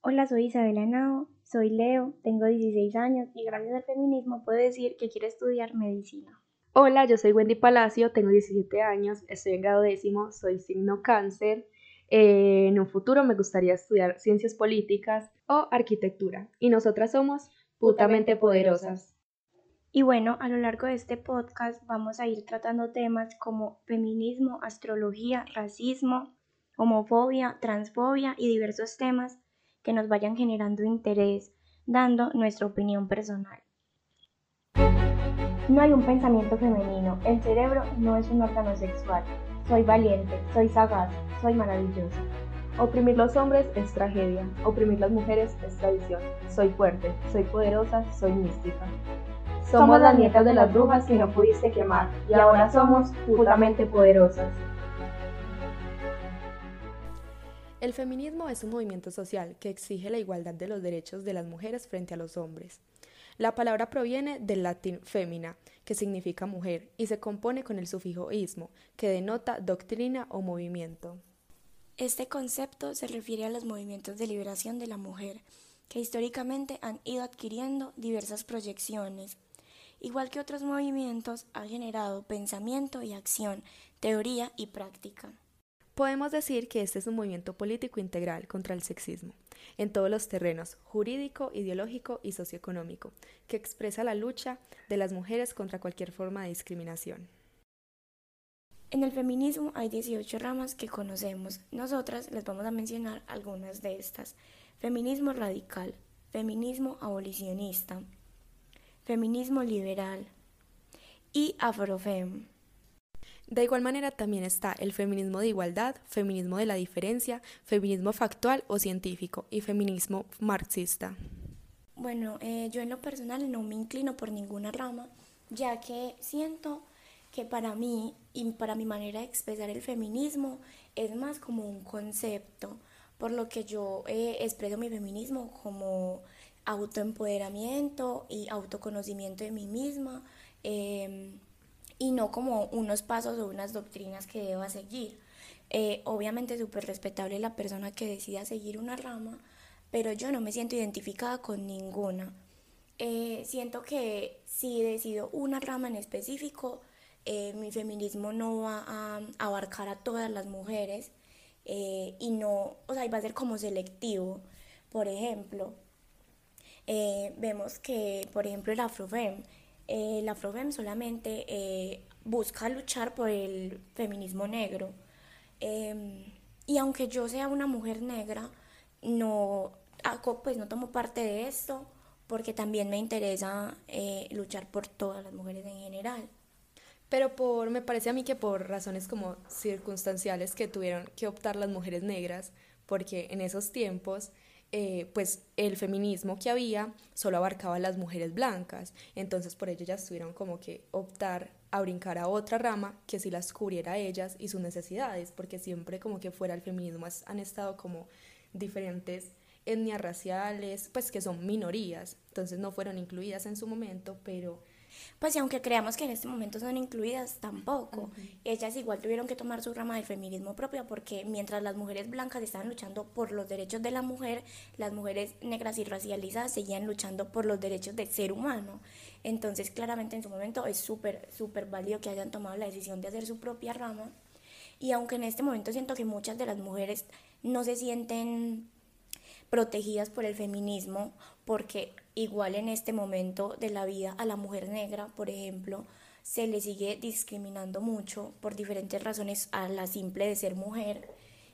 Hola, soy Isabela Nao, soy Leo, tengo 16 años y gracias al feminismo puedo decir que quiero estudiar medicina. Hola, yo soy Wendy Palacio, tengo 17 años, estoy en grado décimo, soy signo cáncer. En un futuro me gustaría estudiar ciencias políticas o arquitectura. Y nosotras somos putamente poderosas. Y bueno, a lo largo de este podcast vamos a ir tratando temas como feminismo, astrología, racismo, homofobia, transfobia y diversos temas que nos vayan generando interés, dando nuestra opinión personal. No hay un pensamiento femenino, el cerebro no es un órgano sexual. Soy valiente, soy sagaz, soy maravillosa. Oprimir los hombres es tragedia, oprimir las mujeres es tradición. Soy fuerte, soy poderosa, soy mística. Somos las nietas de las brujas que no pudiste quemar y ahora somos putamente poderosas. El feminismo es un movimiento social que exige la igualdad de los derechos de las mujeres frente a los hombres. La palabra proviene del latín femina, que significa mujer, y se compone con el sufijo ismo, que denota doctrina o movimiento. Este concepto se refiere a los movimientos de liberación de la mujer, que históricamente han ido adquiriendo diversas proyecciones. Igual que otros movimientos, ha generado pensamiento y acción, teoría y práctica. Podemos decir que este es un movimiento político integral contra el sexismo, en todos los terrenos, jurídico, ideológico y socioeconómico, que expresa la lucha de las mujeres contra cualquier forma de discriminación. En el feminismo hay 18 ramas que conocemos. Nosotras les vamos a mencionar algunas de estas. Feminismo radical, feminismo abolicionista, feminismo liberal y afrofem. De igual manera también está el feminismo de igualdad, feminismo de la diferencia, feminismo factual o científico y feminismo marxista. Bueno, yo en lo personal no me inclino por ninguna rama, ya que siento que para mí y para mi manera de expresar el feminismo es más como un concepto, por lo que yo expreso mi feminismo como autoempoderamiento y autoconocimiento de mí misma, y no como unos pasos o unas doctrinas que deba seguir. Obviamente súper respetable la persona que decida seguir una rama, pero yo no me siento identificada con ninguna. Siento que si decido una rama en específico, mi feminismo no va a abarcar a todas las mujeres, y no, o sea, va a ser como selectivo. Por ejemplo, vemos que, por ejemplo, el Afrofem solamente busca luchar por el feminismo negro. Y aunque yo sea una mujer negra, no, pues no tomo parte de esto porque también me interesa luchar por todas las mujeres en general. Pero me parece a mí que por razones como circunstanciales que tuvieron que optar las mujeres negras, porque en esos tiempos, pues el feminismo que había solo abarcaba a las mujeres blancas, entonces por ello ellas tuvieron como que optar a brincar a otra rama que sí las cubriera a ellas y sus necesidades, porque siempre como que fuera el feminismo han estado como diferentes etnias raciales, pues que son minorías, entonces no fueron incluidas en su momento, pero Pues y aunque creamos que en este momento son incluidas, tampoco. Ellas igual tuvieron que tomar su rama del feminismo propia porque mientras las mujeres blancas estaban luchando por los derechos de la mujer, las mujeres negras y racializadas seguían luchando por los derechos del ser humano. Entonces claramente en su momento es súper válido que hayan tomado la decisión de hacer su propia rama. Y aunque en este momento siento que muchas de las mujeres no se sienten protegidas por el feminismo, porque igual en este momento de la vida a la mujer negra, por ejemplo, se le sigue discriminando mucho por diferentes razones a la simple de ser mujer.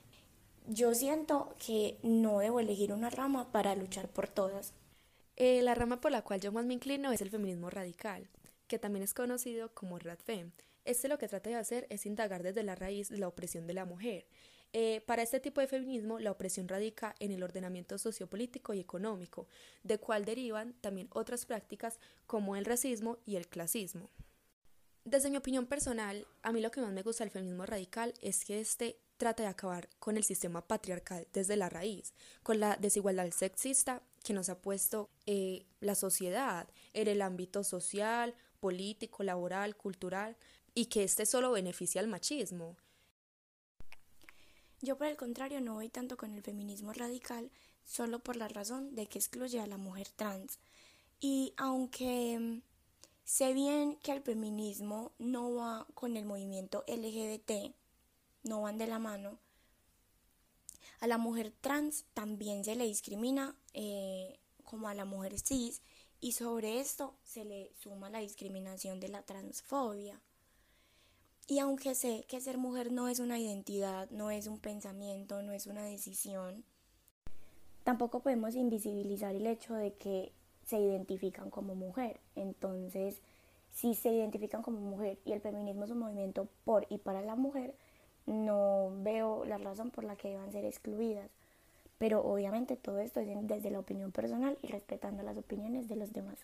Yo siento que no debo elegir una rama para luchar por todas. la rama por la cual yo más me inclino es el feminismo radical, que también es conocido como radfem. Este lo que trata de hacer es indagar desde la raíz la opresión de la mujer. Para este tipo de feminismo, la opresión radica en el ordenamiento sociopolítico y económico, de cual derivan también otras prácticas como el racismo y el clasismo. Desde mi opinión personal, a mí lo que más me gusta del feminismo radical es que este trata de acabar con el sistema patriarcal desde la raíz, con la desigualdad sexista que nos ha puesto la sociedad en el ámbito social, político, laboral, cultural, y que este solo beneficia al machismo. Yo por el contrario no voy tanto con el feminismo radical, solo por la razón de que excluye a la mujer trans. Y aunque sé bien que el feminismo no va con el movimiento LGBT, no van de la mano, a la mujer trans también se le discrimina como a la mujer cis, y sobre esto se le suma la discriminación de la transfobia. Y aunque sé que ser mujer no es una identidad, no es un pensamiento, no es una decisión, tampoco podemos invisibilizar el hecho de que se identifican como mujer. Entonces, si se identifican como mujer y el feminismo es un movimiento por y para la mujer, no veo la razón por la que deban ser excluidas. Pero obviamente todo esto es desde la opinión personal y respetando las opiniones de los demás.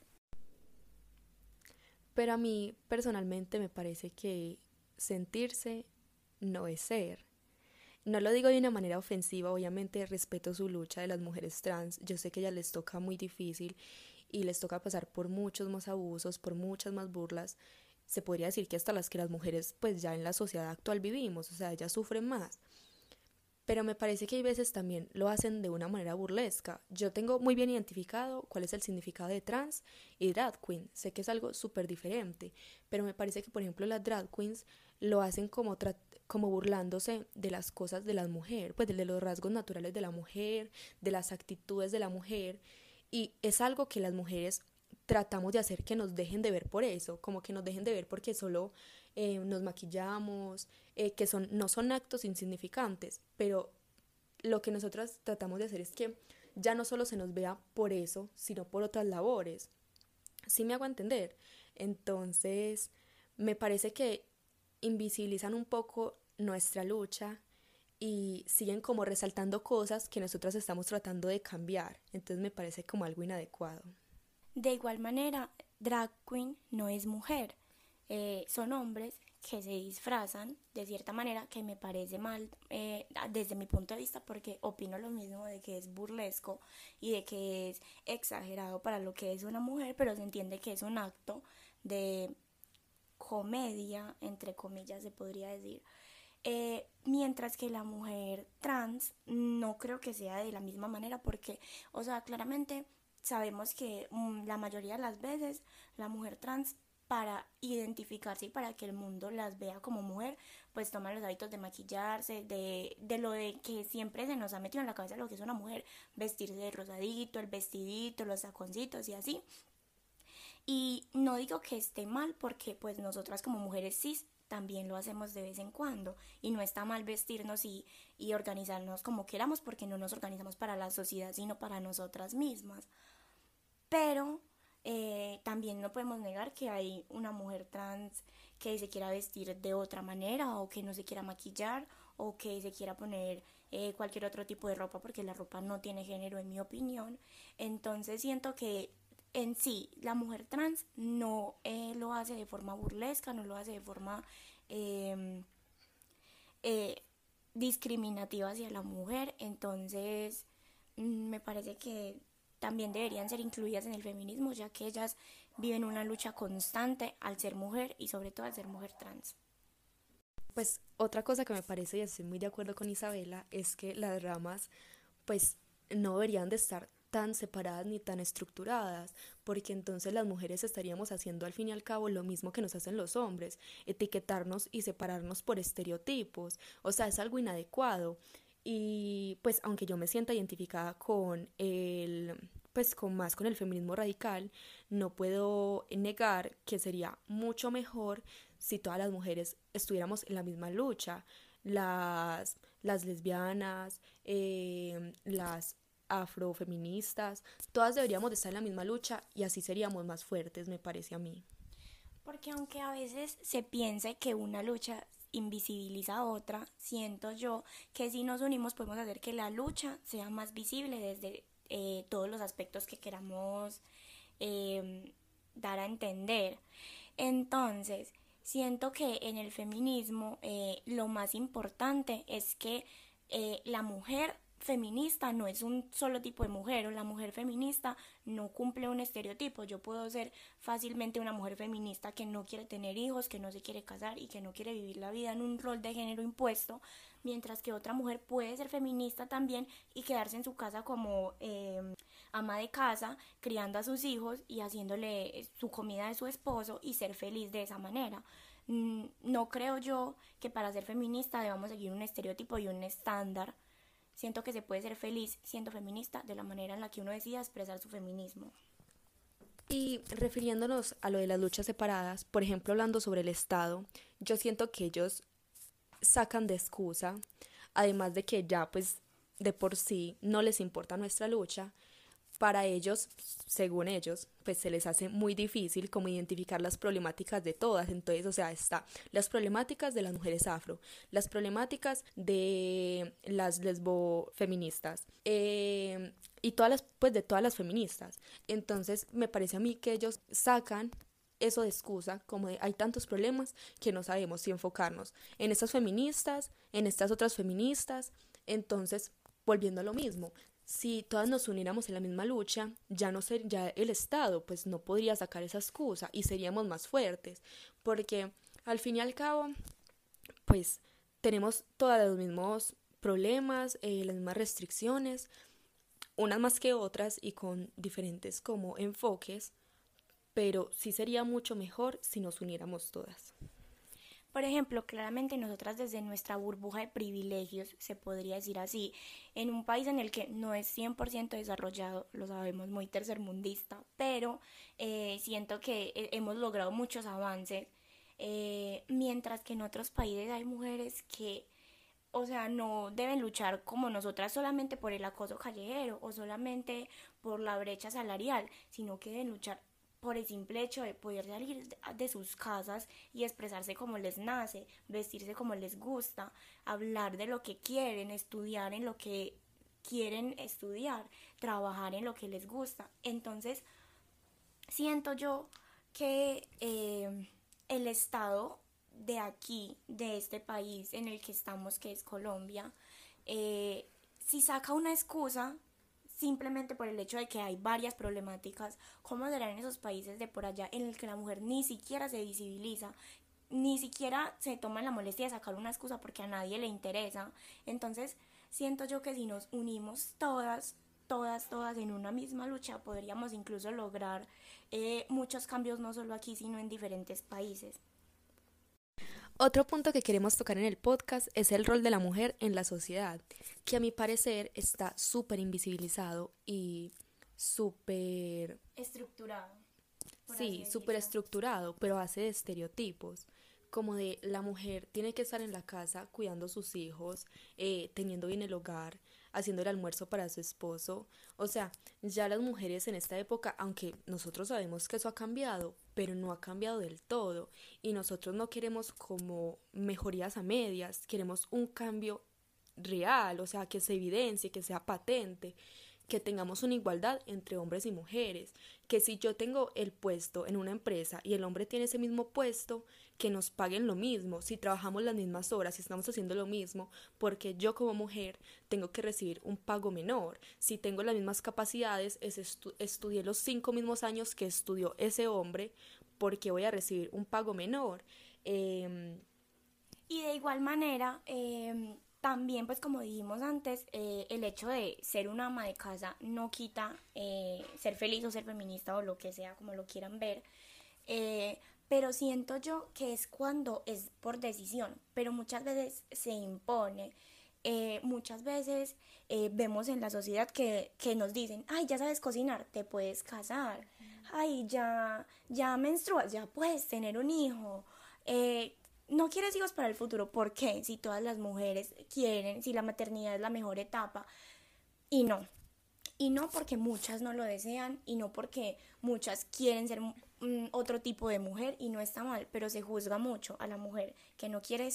Pero a mí personalmente me parece que sentirse no es ser. No lo digo de una manera ofensiva, obviamente respeto su lucha de las mujeres trans. Yo sé que a ellas les toca muy difícil y les toca pasar por muchos más abusos, por muchas más burlas. Se podría decir que hasta las que las mujeres pues ya en la sociedad actual vivimos, o sea, ellas sufren más. Pero me parece que hay veces también lo hacen de una manera burlesca. Yo tengo muy bien identificado cuál es el significado de trans y drag queen. Sé que es algo súper diferente, pero me parece que, por ejemplo, las drag queens lo hacen como burlándose de las cosas de la mujer, pues de los rasgos naturales de la mujer, de las actitudes de la mujer. Y es algo que las mujeres tratamos de hacer que nos dejen de ver por eso, como que nos dejen de ver porque solo nos maquillamos, que no son actos insignificantes, pero lo que nosotras tratamos de hacer es que ya no solo se nos vea por eso, sino por otras labores. ¿Sí me hago entender? Entonces, me parece que invisibilizan un poco nuestra lucha y siguen como resaltando cosas que nosotras estamos tratando de cambiar. Entonces me parece como algo inadecuado. De igual manera, drag queen no es mujer, son hombres que se disfrazan de cierta manera, que me parece mal desde mi punto de vista, porque opino lo mismo de que es burlesco y de que es exagerado para lo que es una mujer, pero se entiende que es un acto de comedia, entre comillas se podría decir. Mientras que la mujer trans no creo que sea de la misma manera, porque, o sea, claramente sabemos que la mayoría de las veces la mujer trans, para identificarse y para que el mundo las vea como mujer, pues toma los hábitos de maquillarse, de lo de que siempre se nos ha metido en la cabeza lo que es una mujer, vestirse de rosadito, el vestidito, los taconcitos y así. Y no digo que esté mal, porque pues nosotras como mujeres cis también lo hacemos de vez en cuando, y no está mal vestirnos y organizarnos como queramos, porque no nos organizamos para la sociedad sino para nosotras mismas. Pero también no podemos negar que hay una mujer trans que se quiera vestir de otra manera, o que no se quiera maquillar, o que se quiera poner cualquier otro tipo de ropa, porque la ropa no tiene género en mi opinión. Entonces siento que en sí la mujer trans no lo hace de forma burlesca, no lo hace de forma eh, eh, discriminativa hacia la mujer. Entonces me parece que también deberían ser incluidas en el feminismo, ya que ellas viven una lucha constante al ser mujer y sobre todo al ser mujer trans. Pues otra cosa que me parece, y estoy muy de acuerdo con Isabela, es que las ramas pues no deberían de estar tan separadas ni tan estructuradas, porque entonces las mujeres estaríamos haciendo al fin y al cabo lo mismo que nos hacen los hombres, etiquetarnos y separarnos por estereotipos. O sea, es algo inadecuado. Y pues aunque yo me sienta identificada con con el feminismo radical, no puedo negar que sería mucho mejor si todas las mujeres estuviéramos en la misma lucha. Las lesbianas, las afrofeministas, todas deberíamos de estar en la misma lucha, y así seríamos más fuertes, me parece a mí. Porque aunque a veces se piense que una lucha invisibiliza a otra, siento yo que si nos unimos podemos hacer que la lucha sea más visible desde todos los aspectos que queramos dar a entender. Entonces, siento que en el feminismo lo más importante es que la mujer feminista no es un solo tipo de mujer, o la mujer feminista no cumple un estereotipo. Yo puedo ser fácilmente una mujer feminista que no quiere tener hijos, que no se quiere casar y que no quiere vivir la vida en un rol de género impuesto, mientras que otra mujer puede ser feminista también y quedarse en su casa como ama de casa, criando a sus hijos y haciéndole su comida de su esposo y ser feliz de esa manera. No creo yo que para ser feminista debamos seguir un estereotipo y un estándar. Siento que se puede ser feliz siendo feminista de la manera en la que uno decida expresar su feminismo. Y refiriéndonos a lo de las luchas separadas, por ejemplo, hablando sobre el Estado, yo siento que ellos sacan de excusa, además de que ya pues de por sí no les importa nuestra lucha. Para ellos, según ellos, pues se les hace muy difícil como identificar las problemáticas de todas. Entonces, o sea, está las problemáticas de las mujeres afro, las problemáticas de las lesbofeministas, y todas las, pues de todas las feministas. Entonces, me parece a mí que ellos sacan eso de excusa, como de hay tantos problemas que no sabemos si enfocarnos en estas feministas, en estas otras feministas. Entonces, volviendo a lo mismo, si todas nos uniéramos en la misma lucha, ya el Estado pues no podría sacar esa excusa y seríamos más fuertes, porque al fin y al cabo pues tenemos todos los mismos problemas, las mismas restricciones, unas más que otras y con diferentes como enfoques, pero sí sería mucho mejor si nos uniéramos todas. Por ejemplo, claramente nosotras desde nuestra burbuja de privilegios, se podría decir así, en un país en el que no es 100% desarrollado, lo sabemos, muy tercermundista, pero siento que hemos logrado muchos avances, mientras que en otros países hay mujeres que, o sea, no deben luchar como nosotras solamente por el acoso callejero o solamente por la brecha salarial, sino que deben luchar por el simple hecho de poder salir de sus casas y expresarse como les nace, vestirse como les gusta, hablar de lo que quieren, estudiar en lo que quieren estudiar, trabajar en lo que les gusta. Entonces, siento yo que el Estado de aquí, de este país en el que estamos, que es Colombia, si saca una excusa simplemente por el hecho de que hay varias problemáticas, ¿cómo será en esos países de por allá en el que la mujer ni siquiera se visibiliza, ni siquiera se toma la molestia de sacar una excusa porque a nadie le interesa? Entonces, siento yo que si nos unimos todas en una misma lucha, podríamos incluso lograr muchos cambios, no solo aquí, sino en diferentes países. Otro punto que queremos tocar en el podcast es el rol de la mujer en la sociedad, que a mi parecer está súper invisibilizado y súper estructurado. Sí, súper estructurado, pero hace de estereotipos, como de la mujer tiene que estar en la casa cuidando a sus hijos, teniendo bien el hogar, haciendo el almuerzo para su esposo. O sea, ya las mujeres en esta época, aunque nosotros sabemos que eso ha cambiado, pero no ha cambiado del todo, y nosotros no queremos como mejorías a medias, queremos un cambio real, o sea, que se evidencie, que sea patente, que tengamos una igualdad entre hombres y mujeres, que si yo tengo el puesto en una empresa y el hombre tiene ese mismo puesto, que nos paguen lo mismo, si trabajamos las mismas horas, si estamos haciendo lo mismo, porque yo como mujer tengo que recibir un pago menor, si tengo las mismas capacidades, estudié los 5 mismos años que estudió ese hombre, porque voy a recibir un pago menor. Y de igual manera, también, pues como dijimos antes, el hecho de ser una ama de casa no quita ser feliz o ser feminista o lo que sea, como lo quieran ver, pero siento yo que es cuando es por decisión, pero muchas veces se impone. Muchas veces vemos en la sociedad que nos dicen, ay, ya sabes cocinar, te puedes casar, ay, ya menstruas, ya puedes tener un hijo, no quieres hijos para el futuro. ¿Por qué? Si todas las mujeres quieren, si la maternidad es la mejor etapa. Y no porque muchas no lo desean, y no porque muchas quieren ser otro tipo de mujer, y no está mal, pero se juzga mucho a la mujer que no quiere ser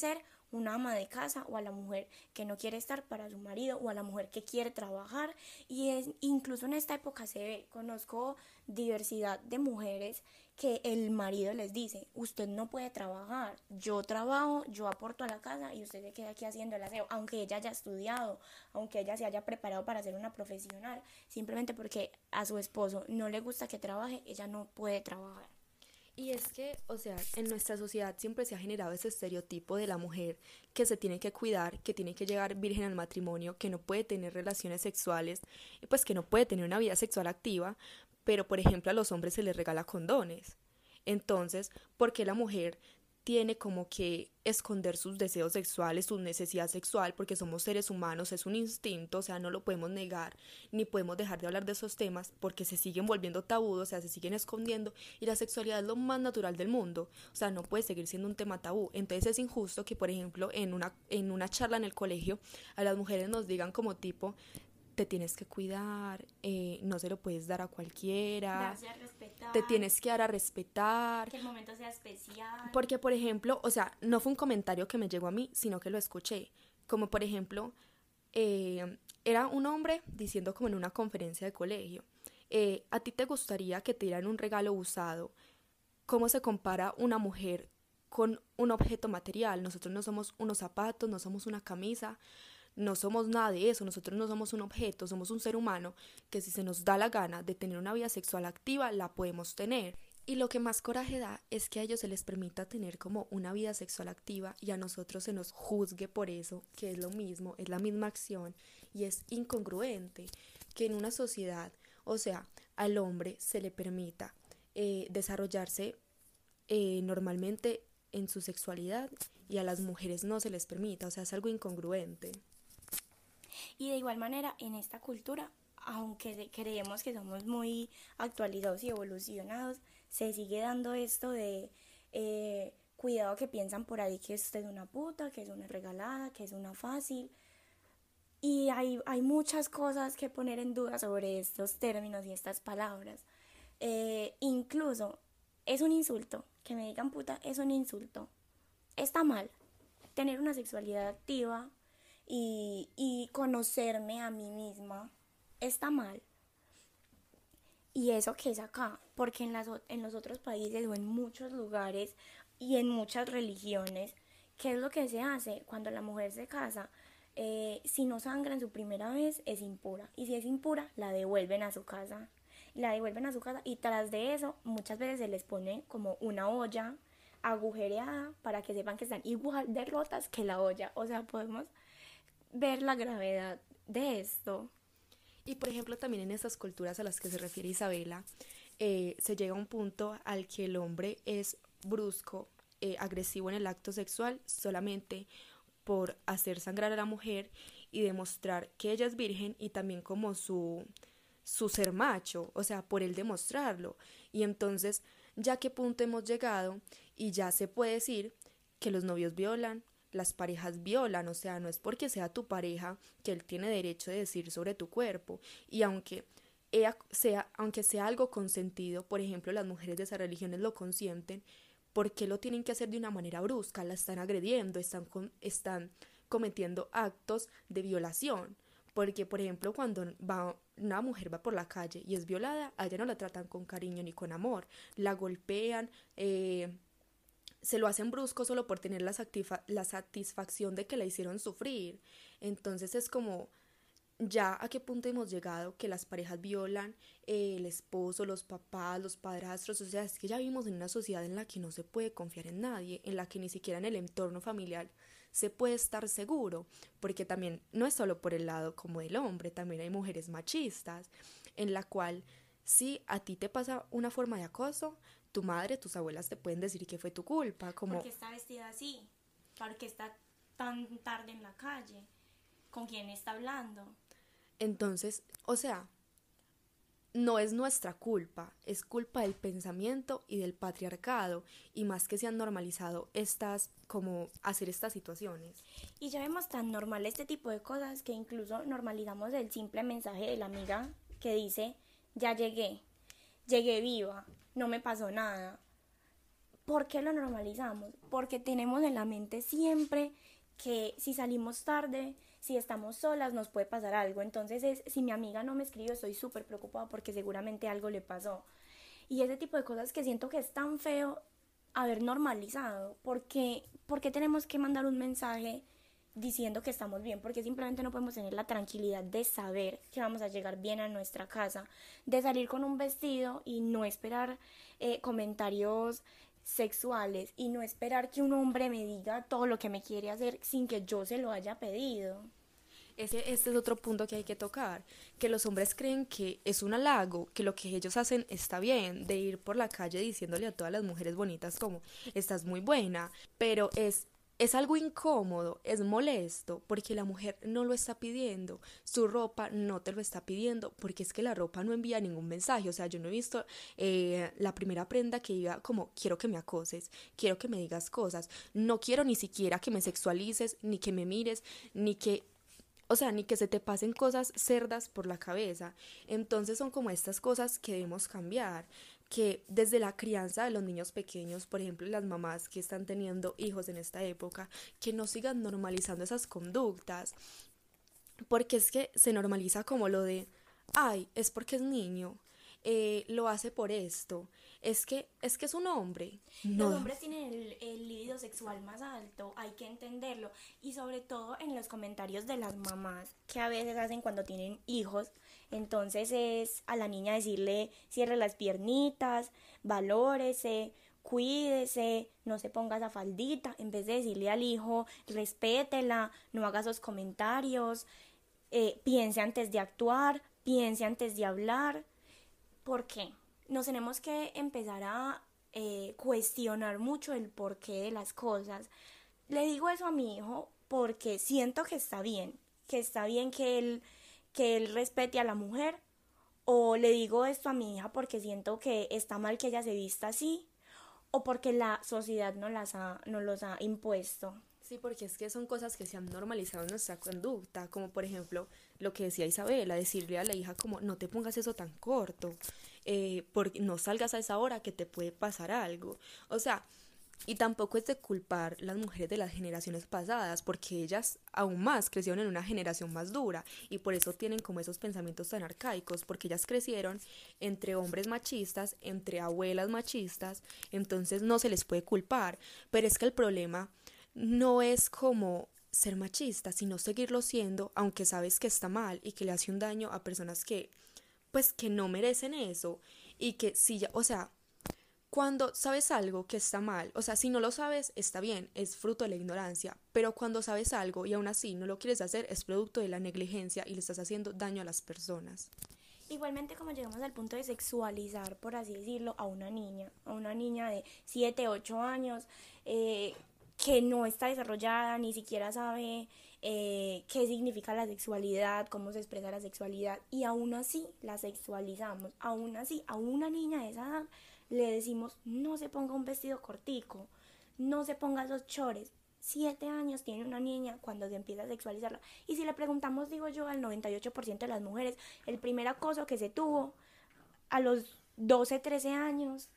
una ama de casa o a la mujer que no quiere estar para su marido o a la mujer que quiere trabajar. Y incluso en esta época se ve, conozco diversidad de mujeres que el marido les dice, usted no puede trabajar, yo trabajo, yo aporto a la casa y usted se queda aquí haciendo el aseo, aunque ella haya estudiado, aunque ella se haya preparado para ser una profesional, simplemente porque a su esposo no le gusta que trabaje, ella no puede trabajar. Y es que, o sea, en nuestra sociedad siempre se ha generado ese estereotipo de la mujer que se tiene que cuidar, que tiene que llegar virgen al matrimonio, que no puede tener relaciones sexuales, y pues que no puede tener una vida sexual activa, pero por ejemplo a los hombres se les regala condones. Entonces, ¿por qué la mujer tiene como que esconder sus deseos sexuales, su necesidad sexual, porque somos seres humanos, es un instinto, o sea, no lo podemos negar, ni podemos dejar de hablar de esos temas, porque se siguen volviendo tabú, o sea, se siguen escondiendo, y la sexualidad es lo más natural del mundo, o sea, no puede seguir siendo un tema tabú. Entonces es injusto que, por ejemplo, en una charla en el colegio, a las mujeres nos digan como tipo, te tienes que cuidar, no se lo puedes dar a cualquiera, Darse a respetar, te tienes que dar a respetar. que el momento sea especial. Porque, por ejemplo, o sea, no fue un comentario que me llegó a mí, sino que lo escuché. Como, por ejemplo, era un hombre diciendo como en una conferencia de colegio, ¿a ti te gustaría que te dieran un regalo usado? ¿Cómo se compara una mujer con un objeto material? Nosotros no somos unos zapatos, no somos una camisa, no somos nada de eso, nosotros no somos un objeto, somos un ser humano que si se nos da la gana de tener una vida sexual activa, la podemos tener. Y lo que más coraje da es que a ellos se les permita tener como una vida sexual activa y a nosotros se nos juzgue por eso, que es lo mismo, es la misma acción y es incongruente que en una sociedad, o sea, al hombre se le permita desarrollarse normalmente en su sexualidad y a las mujeres no se les permita, o sea, es algo incongruente. Y de igual manera, en esta cultura, aunque creemos que somos muy actualizados y evolucionados, se sigue dando esto de cuidado que piensan por ahí que usted es una puta, que es una regalada, que es una fácil. Y hay muchas cosas que poner en duda sobre estos términos y estas palabras. Incluso es un insulto, que me digan puta es un insulto. Está mal tener una sexualidad activa y conocerme a mí misma. Está mal. Y eso que es acá, porque en los otros países o en muchos lugares y en muchas religiones, ¿qué es lo que se hace cuando la mujer se casa? Si no sangra en su primera vez, es impura. Y si es impura, la devuelven a su casa. La devuelven a su casa y tras de eso, muchas veces se les pone como una olla agujereada para que sepan que están igual de rotas que la olla. O sea, podemos ver la gravedad de esto. Y por ejemplo también en esas culturas a las que se refiere Isabela, se llega a un punto al que el hombre es brusco, agresivo en el acto sexual solamente por hacer sangrar a la mujer y demostrar que ella es virgen y también como su ser macho, o sea, por él demostrarlo. Y entonces, ya a qué punto hemos llegado y ya se puede decir que los novios violan, las parejas violan, o sea, no es porque sea tu pareja que él tiene derecho de decir sobre tu cuerpo. Y aunque sea algo consentido, por ejemplo, las mujeres de esas religiones lo consienten, ¿por qué lo tienen que hacer de una manera brusca? La están agrediendo, están cometiendo actos de violación. Porque, por ejemplo, cuando una mujer va por la calle y es violada, a ella no la tratan con cariño ni con amor, la golpean, se lo hacen brusco solo por tener la satisfacción de que la hicieron sufrir. Entonces es como, ya a qué punto hemos llegado que las parejas violan, el esposo, los papás, los padrastros, o sea, es que ya vivimos en una sociedad en la que no se puede confiar en nadie, en la que ni siquiera en el entorno familiar se puede estar seguro, porque también no es solo por el lado como del hombre, también hay mujeres machistas, en la cual si a ti te pasa una forma de acoso, tu madre, tus abuelas te pueden decir que fue tu culpa, como ¿Por qué está vestida así? ¿Por qué está tan tarde en la calle? ¿Con quién está hablando? entonces, o sea, no es nuestra culpa, es culpa del pensamiento y del patriarcado, y más que se han normalizado como hacer estas situaciones. Y ya vemos tan normal este tipo de cosas que incluso normalizamos el simple mensaje de la amiga que dice, ya llegué viva, no me pasó nada. ¿Por qué lo normalizamos? Porque tenemos en la mente siempre que si salimos tarde, si estamos solas, nos puede pasar algo. Entonces si mi amiga no me escribió, estoy súper preocupada porque seguramente algo le pasó. Y ese tipo de cosas que siento que es tan feo haber normalizado. ¿Por qué tenemos que mandar un mensaje diciendo que estamos bien? Porque simplemente no podemos tener la tranquilidad de saber que vamos a llegar bien a nuestra casa, de salir con un vestido y no esperar comentarios sexuales y no esperar que un hombre me diga todo lo que me quiere hacer sin que yo se lo haya pedido. Este es otro punto que hay que tocar, que los hombres creen que es un halago, que lo que ellos hacen está bien, de ir por la calle diciéndole a todas las mujeres bonitas como, estás muy buena, pero es algo incómodo, es molesto, porque la mujer no lo está pidiendo, su ropa no te lo está pidiendo, porque es que la ropa no envía ningún mensaje. O sea, yo no he visto la primera prenda que diga como, quiero que me acoses, quiero que me digas cosas, no quiero ni siquiera que me sexualices, ni que me mires, ni que... O sea, ni que se te pasen cosas cerdas por la cabeza. Entonces son como estas cosas que debemos cambiar, que desde la crianza de los niños pequeños, por ejemplo, las mamás que están teniendo hijos en esta época, que no sigan normalizando esas conductas, porque es que se normaliza como lo de, ay, es porque es niño, lo hace por esto, es que es un hombre. Los No, hombres tienen el libido sexual más alto, hay que entenderlo. Y sobre todo en los comentarios de las mamás que a veces hacen cuando tienen hijos. Entonces es a la niña decirle, cierre las piernitas, valórese, cuídese, no se ponga esa faldita. En vez de decirle al hijo, respétela, no haga esos comentarios, piense antes de actuar, piense antes de hablar. ¿Por qué? Nos tenemos que empezar a cuestionar mucho el porqué de las cosas. Le digo eso a mi hijo porque siento que está bien, que él respete a la mujer, o le digo esto a mi hija porque siento que está mal que ella se vista así, o porque la sociedad no los ha impuesto. sí, porque es que son cosas que se han normalizado en nuestra conducta, como por ejemplo lo que decía Isabela, decirle a la hija como no te pongas eso tan corto, porque no salgas a esa hora que te puede pasar algo. O sea, y tampoco es de culpar las mujeres de las generaciones pasadas, porque ellas aún más crecieron en una generación más dura y por eso tienen como esos pensamientos tan arcaicos, porque ellas crecieron entre hombres machistas, entre abuelas machistas, entonces no se les puede culpar. Pero es que el problema no es como ser machista, sino seguirlo siendo, aunque sabes que está mal y que le hace un daño a personas que, pues, que no merecen eso. Y que si ya, o sea, cuando sabes algo que está mal, o sea, si no lo sabes, está bien, es fruto de la ignorancia, pero cuando sabes algo y aún así no lo quieres hacer, es producto de la negligencia y le estás haciendo daño a las personas. Igualmente, como llegamos al punto de sexualizar, por así decirlo, a una niña de 7 8 años, que no está desarrollada, ni siquiera sabe qué significa la sexualidad, cómo se expresa la sexualidad, y aún así la sexualizamos. Aún así, a una niña de esa edad le decimos, no se ponga un vestido cortico, no se ponga esos chores. 7 años tiene una niña cuando se empieza a sexualizarla. Y si le preguntamos, digo yo, al 98% de las mujeres, el primer acoso que se tuvo a los 12 13 años,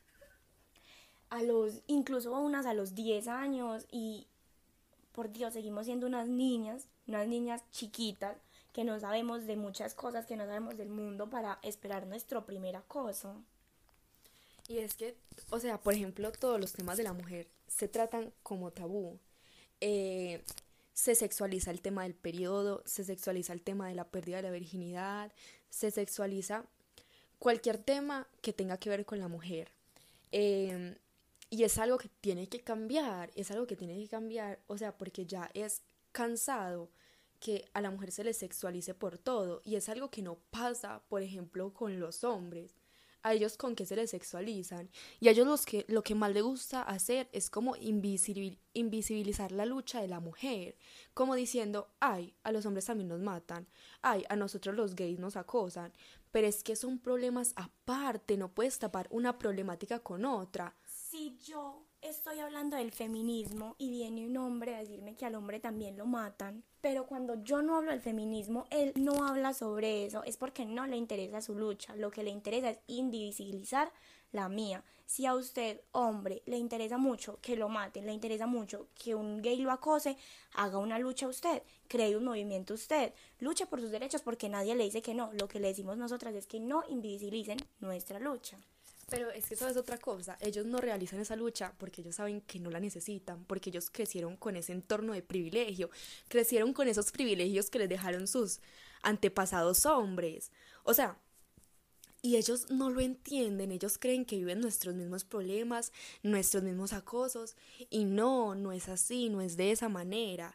incluso unas a los 10 años, y por Dios, seguimos siendo unas niñas chiquitas, que no sabemos de muchas cosas, que no sabemos del mundo para esperar nuestro primer acoso. Y es que, o sea, por ejemplo, todos los temas de la mujer se tratan como tabú. Eh, Se sexualiza el tema del periodo, se sexualiza el tema de la pérdida de la virginidad, se sexualiza cualquier tema que tenga que ver con la mujer. Eh, y es algo que tiene que cambiar, o sea, porque ya es cansado que a la mujer se le sexualice por todo, y es algo que no pasa, por ejemplo, con los hombres. A ellos con que se les sexualizan, y a ellos lo que más les gusta hacer es como invisibilizar la lucha de la mujer, como diciendo, ay, a los hombres también nos matan, ay, a nosotros los gays nos acosan, pero es que son problemas aparte, no puedes tapar una problemática con otra. Si yo estoy hablando del feminismo y viene un hombre a decirme que al hombre también lo matan, pero cuando yo no hablo del feminismo, él no habla sobre eso, es porque no le interesa su lucha, lo que le interesa es invisibilizar la mía. Si a usted, hombre, le interesa mucho que lo maten, le interesa mucho que un gay lo acose, haga una lucha usted, cree un movimiento usted, luche por sus derechos porque nadie le dice que no, lo que le decimos nosotras es que no invisibilicen nuestra lucha. Pero es que eso es otra cosa, ellos no realizan esa lucha porque ellos saben que no la necesitan, porque ellos crecieron con ese entorno de privilegio, crecieron con esos privilegios que les dejaron sus antepasados hombres, o sea, y ellos no lo entienden, ellos creen que viven nuestros mismos problemas, nuestros mismos acosos, y no, no es así, no es de esa manera.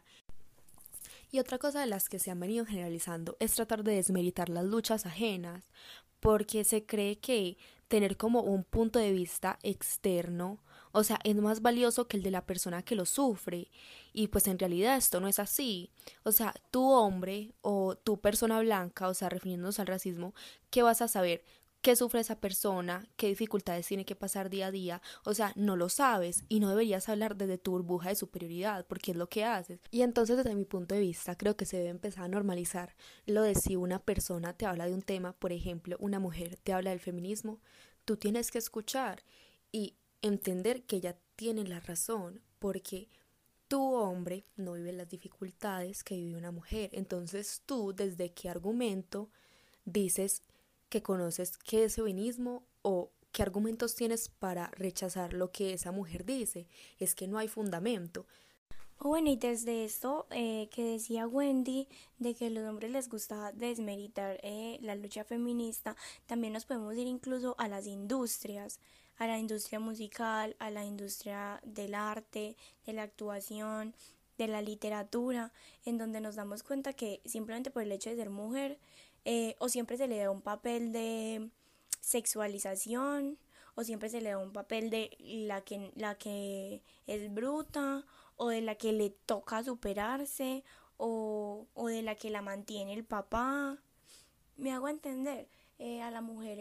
Y otra cosa de las que se han venido generalizando es tratar de desmeritar las luchas ajenas, porque se cree que tener como un punto de vista externo, o sea, es más valioso que el de la persona que lo sufre, y pues en realidad esto no es así. O sea, tú hombre o tú persona blanca, o sea, refiriéndonos al racismo, ¿qué vas a saber? ¿Qué sufre esa persona? ¿Qué dificultades tiene que pasar día a día? O sea, no lo sabes y no deberías hablar desde tu burbuja de superioridad porque es lo que haces. Y entonces, desde mi punto de vista, creo que se debe empezar a normalizar lo de si una persona te habla de un tema, por ejemplo, una mujer te habla del feminismo, tú tienes que escuchar y entender que ella tiene la razón porque tu hombre no vive las dificultades que vive una mujer. Entonces tú, ¿desde qué argumento dices que conoces qué es feminismo o qué argumentos tienes para rechazar lo que esa mujer dice? Es que no hay fundamento. Bueno, y desde esto que decía Wendy, de que a los hombres les gusta desmeritar la lucha feminista, también nos podemos ir incluso a las industrias, a la industria musical, a la industria del arte, de la actuación, de la literatura, en donde nos damos cuenta que simplemente por el hecho de ser mujer, o siempre se le da un papel de sexualización, o siempre se le da un papel de la que es bruta, o de la que le toca superarse, o de la que la mantiene el papá. Me hago entender, a la mujer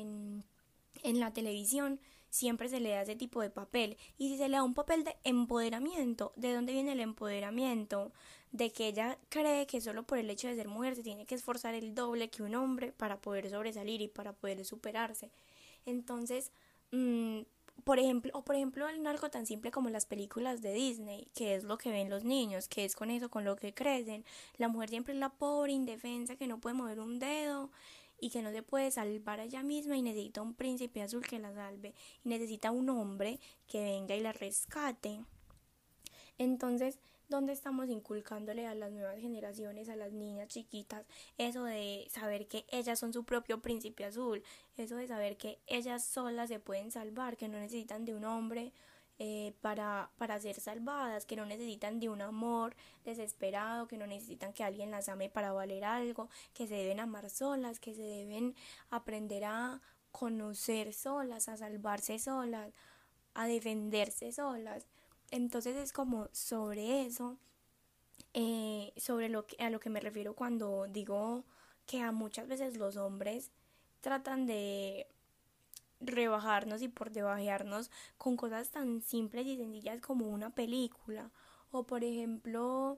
en la televisión siempre se le da ese tipo de papel. Y si se le da un papel de empoderamiento, ¿de dónde viene el empoderamiento? De que ella cree que solo por el hecho de ser mujer se tiene que esforzar el doble que un hombre para poder sobresalir y para poder superarse. Entonces, por ejemplo, algo tan simple como las películas de Disney, que es lo que ven los niños, que es con eso con lo que crecen. La mujer siempre es la pobre indefensa que no puede mover un dedo y que no se puede salvar a ella misma y necesita un príncipe azul que la salve y necesita un hombre que venga y la rescate. Entonces, ¿dónde estamos inculcándole a las nuevas generaciones, a las niñas chiquitas, eso de saber que ellas son su propio príncipe azul, eso de saber que ellas solas se pueden salvar, que no necesitan de un hombre para ser salvadas, que no necesitan de un amor desesperado, que no necesitan que alguien las ame para valer algo, que se deben amar solas, que se deben aprender a conocer solas, a salvarse solas, a defenderse solas? Entonces es como sobre eso, sobre a lo que me refiero cuando digo que a muchas veces los hombres tratan de rebajarnos y por debajearnos con cosas tan simples y sencillas como una película, o por ejemplo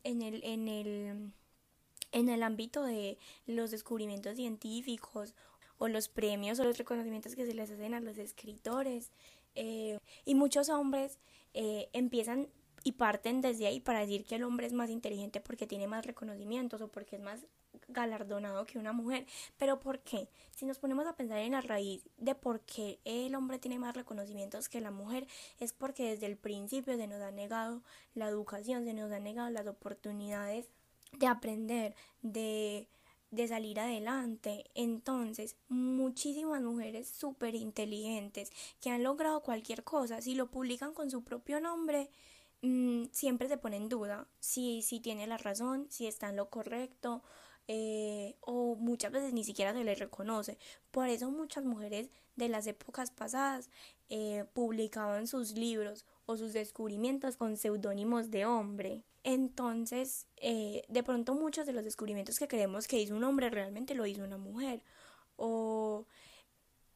en el ámbito de los descubrimientos científicos o los premios o los reconocimientos que se les hacen a los escritores. Y muchos hombres empiezan y parten desde ahí para decir que el hombre es más inteligente porque tiene más reconocimientos o porque es más galardonado que una mujer. ¿Pero por qué? Si nos ponemos a pensar en la raíz de por qué el hombre tiene más reconocimientos que la mujer, es porque desde el principio se nos ha negado la educación, se nos han negado las oportunidades de aprender, de salir adelante. Entonces, muchísimas mujeres súper inteligentes que han logrado cualquier cosa, si lo publican con su propio nombre, siempre se pone en duda si tiene la razón, si está en lo correcto, o muchas veces ni siquiera se les reconoce. Por eso muchas mujeres de las épocas pasadas publicaban sus libros o sus descubrimientos con seudónimos de hombre. Entonces, de pronto muchos de los descubrimientos que creemos que hizo un hombre realmente lo hizo una mujer. O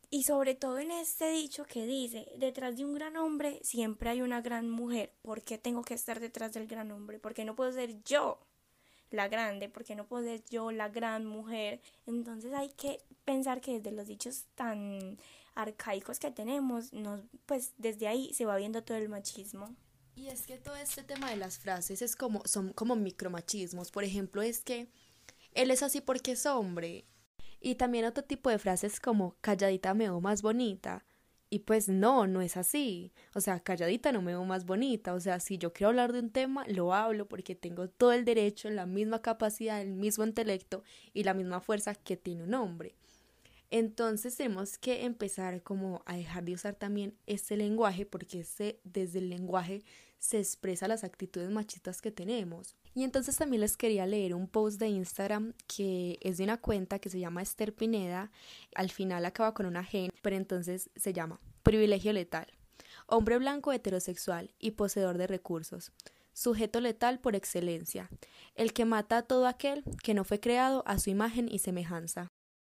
Y sobre todo en este dicho que dice, detrás de un gran hombre siempre hay una gran mujer. ¿Por qué tengo que estar detrás del gran hombre? ¿Por qué no puedo ser yo la grande? ¿Por qué no puedo ser yo la gran mujer? Entonces hay que pensar que desde los dichos tan arcaicos que tenemos, pues desde ahí se va viendo todo el machismo. Y es que todo este tema de las frases son como micromachismos. Por ejemplo, es que él es así porque es hombre. Y también otro tipo de frases como calladita me veo más bonita. Y pues no es así. O sea, calladita no me veo más bonita. O sea, si yo quiero hablar de un tema, lo hablo porque tengo todo el derecho, la misma capacidad, el mismo intelecto y la misma fuerza que tiene un hombre. Entonces tenemos que empezar como a dejar de usar también este lenguaje porque desde el lenguaje se expresa las actitudes machistas que tenemos. Y entonces también les quería leer un post de Instagram que es de una cuenta que se llama Esther Pineda, al final acaba con una G, pero entonces se llama Privilegio letal. Hombre blanco heterosexual y poseedor de recursos. Sujeto letal por excelencia. El que mata a todo aquel que no fue creado a su imagen y semejanza.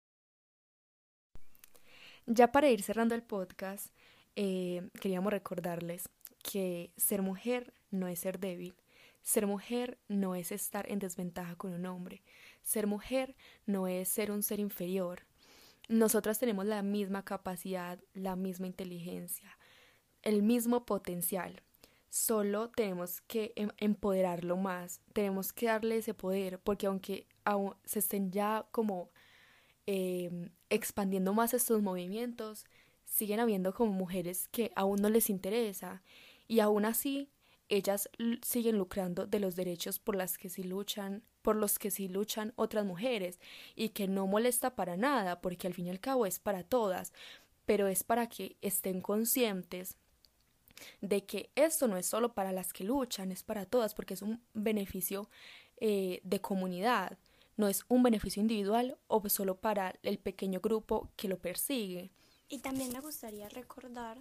Ya para ir cerrando el podcast, queríamos recordarles que ser mujer no es ser débil, ser mujer no es estar en desventaja con un hombre, ser mujer no es ser un ser inferior. Nosotras tenemos la misma capacidad, la misma inteligencia, el mismo potencial. Solo tenemos que empoderarlo más, tenemos que darle ese poder, porque aunque aún se estén ya como expandiendo más estos movimientos, siguen habiendo como mujeres que aún no les interesa y aún así ellas siguen lucrando de los derechos por los que sí luchan otras mujeres y que no molesta para nada porque al fin y al cabo es para todas, pero es para que estén conscientes de que esto no es solo para las que luchan, es para todas porque es un beneficio de comunidad. No es un beneficio individual o solo para el pequeño grupo que lo persigue. Y también me gustaría recordar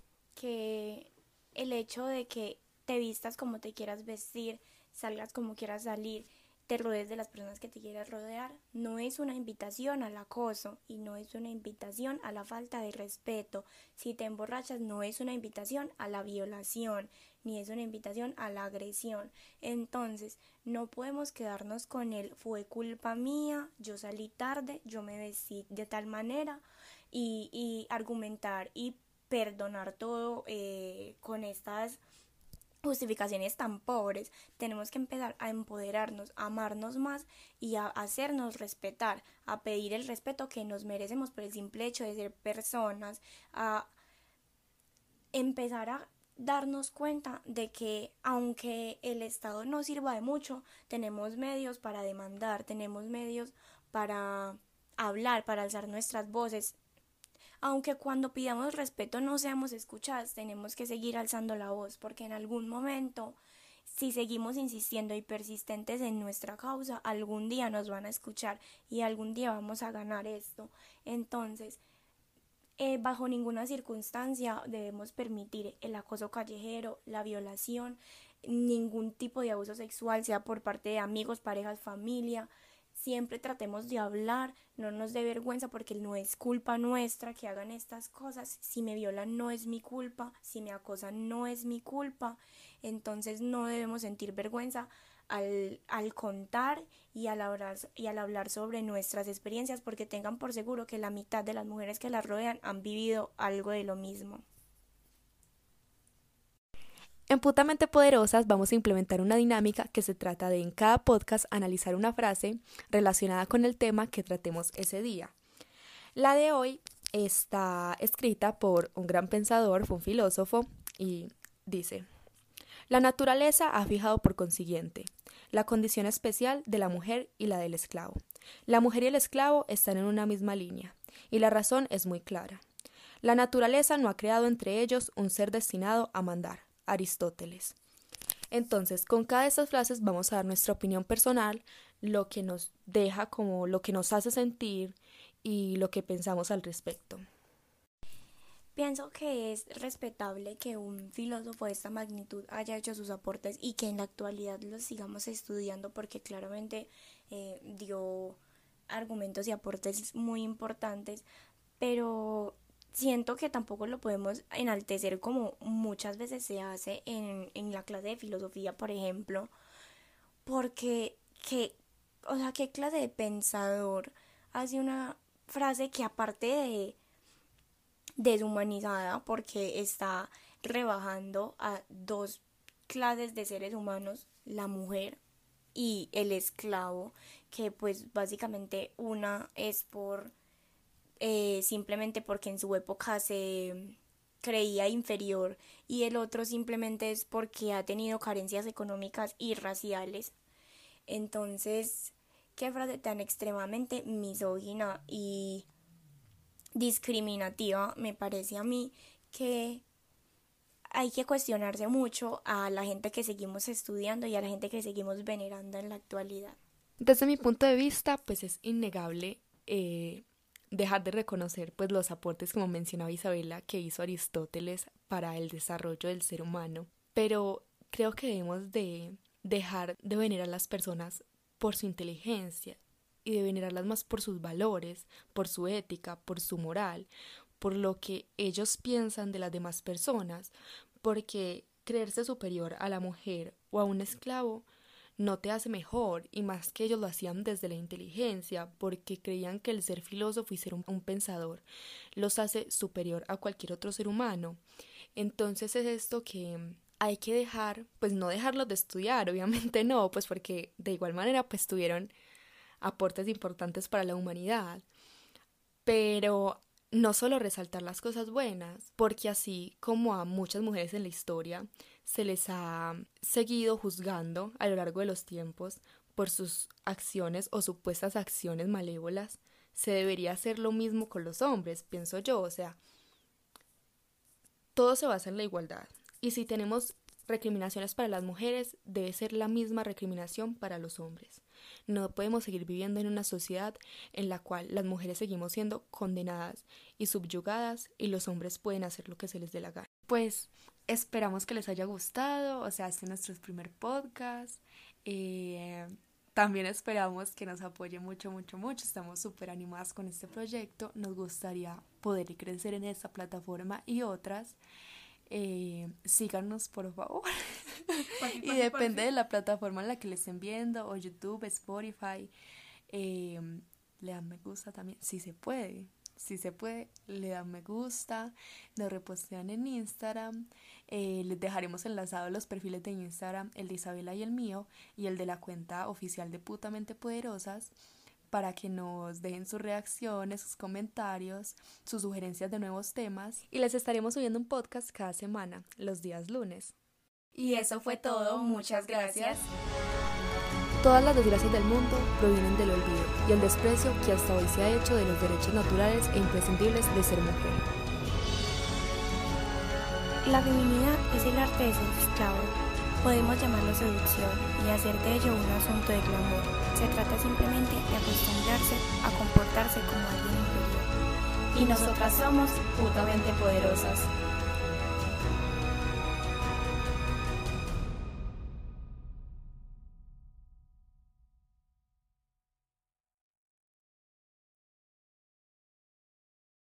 que el hecho de que te vistas como te quieras vestir, salgas como quieras salir, te rodees de las personas que te quieras rodear, no es una invitación al acoso y no es una invitación a la falta de respeto. Si te emborrachas, no es una invitación a la violación, ni es una invitación a la agresión. Entonces, no podemos quedarnos con el fue culpa mía, yo salí tarde, yo me vestí de tal manera y argumentar y perdonar todo con estas justificaciones tan pobres. Tenemos que empezar a empoderarnos, a amarnos más y a hacernos respetar, a pedir el respeto que nos merecemos por el simple hecho de ser personas, a empezar a darnos cuenta de que aunque el Estado no sirva de mucho, tenemos medios para demandar, tenemos medios para hablar, para alzar nuestras voces. Aunque cuando pidamos respeto no seamos escuchadas, tenemos que seguir alzando la voz, porque en algún momento, si seguimos insistiendo y persistentes en nuestra causa, algún día nos van a escuchar y algún día vamos a ganar esto. Entonces, bajo ninguna circunstancia debemos permitir el acoso callejero, la violación, ningún tipo de abuso sexual, sea por parte de amigos, parejas, familia. Siempre tratemos de hablar, no nos dé vergüenza porque no es culpa nuestra que hagan estas cosas. Si me violan no es mi culpa, si me acosan no es mi culpa. Entonces no debemos sentir vergüenza al contar y al hablar sobre nuestras experiencias, porque tengan por seguro que la mitad de las mujeres que las rodean han vivido algo de lo mismo. En Putamente Poderosas vamos a implementar una dinámica que se trata de en cada podcast analizar una frase relacionada con el tema que tratemos ese día. La de hoy está escrita por un gran pensador, fue un filósofo, y dice: la naturaleza ha fijado por consiguiente la condición especial de la mujer y la del esclavo. La mujer y el esclavo están en una misma línea, y la razón es muy clara. La naturaleza no ha creado entre ellos un ser destinado a mandar. Aristóteles. Entonces, con cada de estas frases vamos a dar nuestra opinión personal, lo que nos deja como lo que nos hace sentir y lo que pensamos al respecto. Pienso que es respetable que un filósofo de esta magnitud haya hecho sus aportes y que en la actualidad los sigamos estudiando, porque claramente dio argumentos y aportes muy importantes, pero siento que tampoco lo podemos enaltecer como muchas veces se hace en la clase de filosofía, por ejemplo, porque ¿qué clase de pensador hace una frase que aparte de deshumanizada, porque está rebajando a dos clases de seres humanos, la mujer y el esclavo, que pues básicamente una es por simplemente porque en su época se creía inferior y el otro simplemente es porque ha tenido carencias económicas y raciales? Entonces, qué frase tan extremadamente misógina y discriminativa me parece a mí, que hay que cuestionarse mucho a la gente que seguimos estudiando y a la gente que seguimos venerando en la actualidad. Desde mi punto de vista, pues es innegable dejar de reconocer pues los aportes, como mencionaba Isabela, que hizo Aristóteles para el desarrollo del ser humano, pero creo que debemos de dejar de venerar a las personas por su inteligencia y de venerarlas más por sus valores, por su ética, por su moral, por lo que ellos piensan de las demás personas, porque creerse superior a la mujer o a un esclavo no te hace mejor, y más que ellos lo hacían desde la inteligencia, porque creían que el ser filósofo y ser un pensador los hace superior a cualquier otro ser humano. Entonces es esto que hay que dejar, pues no dejarlos de estudiar, obviamente no, pues porque de igual manera pues tuvieron aportes importantes para la humanidad, pero no solo resaltar las cosas buenas, porque así como a muchas mujeres en la historia se les ha seguido juzgando a lo largo de los tiempos por sus acciones o supuestas acciones malévolas, se debería hacer lo mismo con los hombres, pienso yo. O sea, todo se basa en la igualdad, y si tenemos recriminaciones para las mujeres, debe ser la misma recriminación para los hombres. No podemos seguir viviendo en una sociedad en la cual las mujeres seguimos siendo condenadas y subyugadas y los hombres pueden hacer lo que se les dé la gana. Pues esperamos que les haya gustado, o sea, este es nuestro primer podcast. También esperamos que nos apoyen mucho. Estamos súper animadas con este proyecto. Nos gustaría poder crecer en esta plataforma y otras. Síganos, por favor. Y depende de la plataforma en la que le estén viendo, o YouTube, Spotify, le dan me gusta también, si se puede, le dan me gusta, nos repostean en Instagram. Les dejaremos enlazados los perfiles de Instagram, el de Isabela y el mío, y el de la cuenta oficial de Putamente Poderosas, para que nos dejen sus reacciones, sus comentarios, sus sugerencias de nuevos temas, y les estaremos subiendo un podcast cada semana, los días lunes. Y eso fue todo, muchas gracias. Todas las desgracias del mundo provienen del olvido y el desprecio que hasta hoy se ha hecho de los derechos naturales e imprescindibles de ser mujer. La feminidad es el arte de ser esclavo. Podemos llamarlo seducción y hacer de ello un asunto de glamour. Se trata simplemente de acostumbrarse a comportarse como alguien inferior. Y nosotras somos putamente poderosas.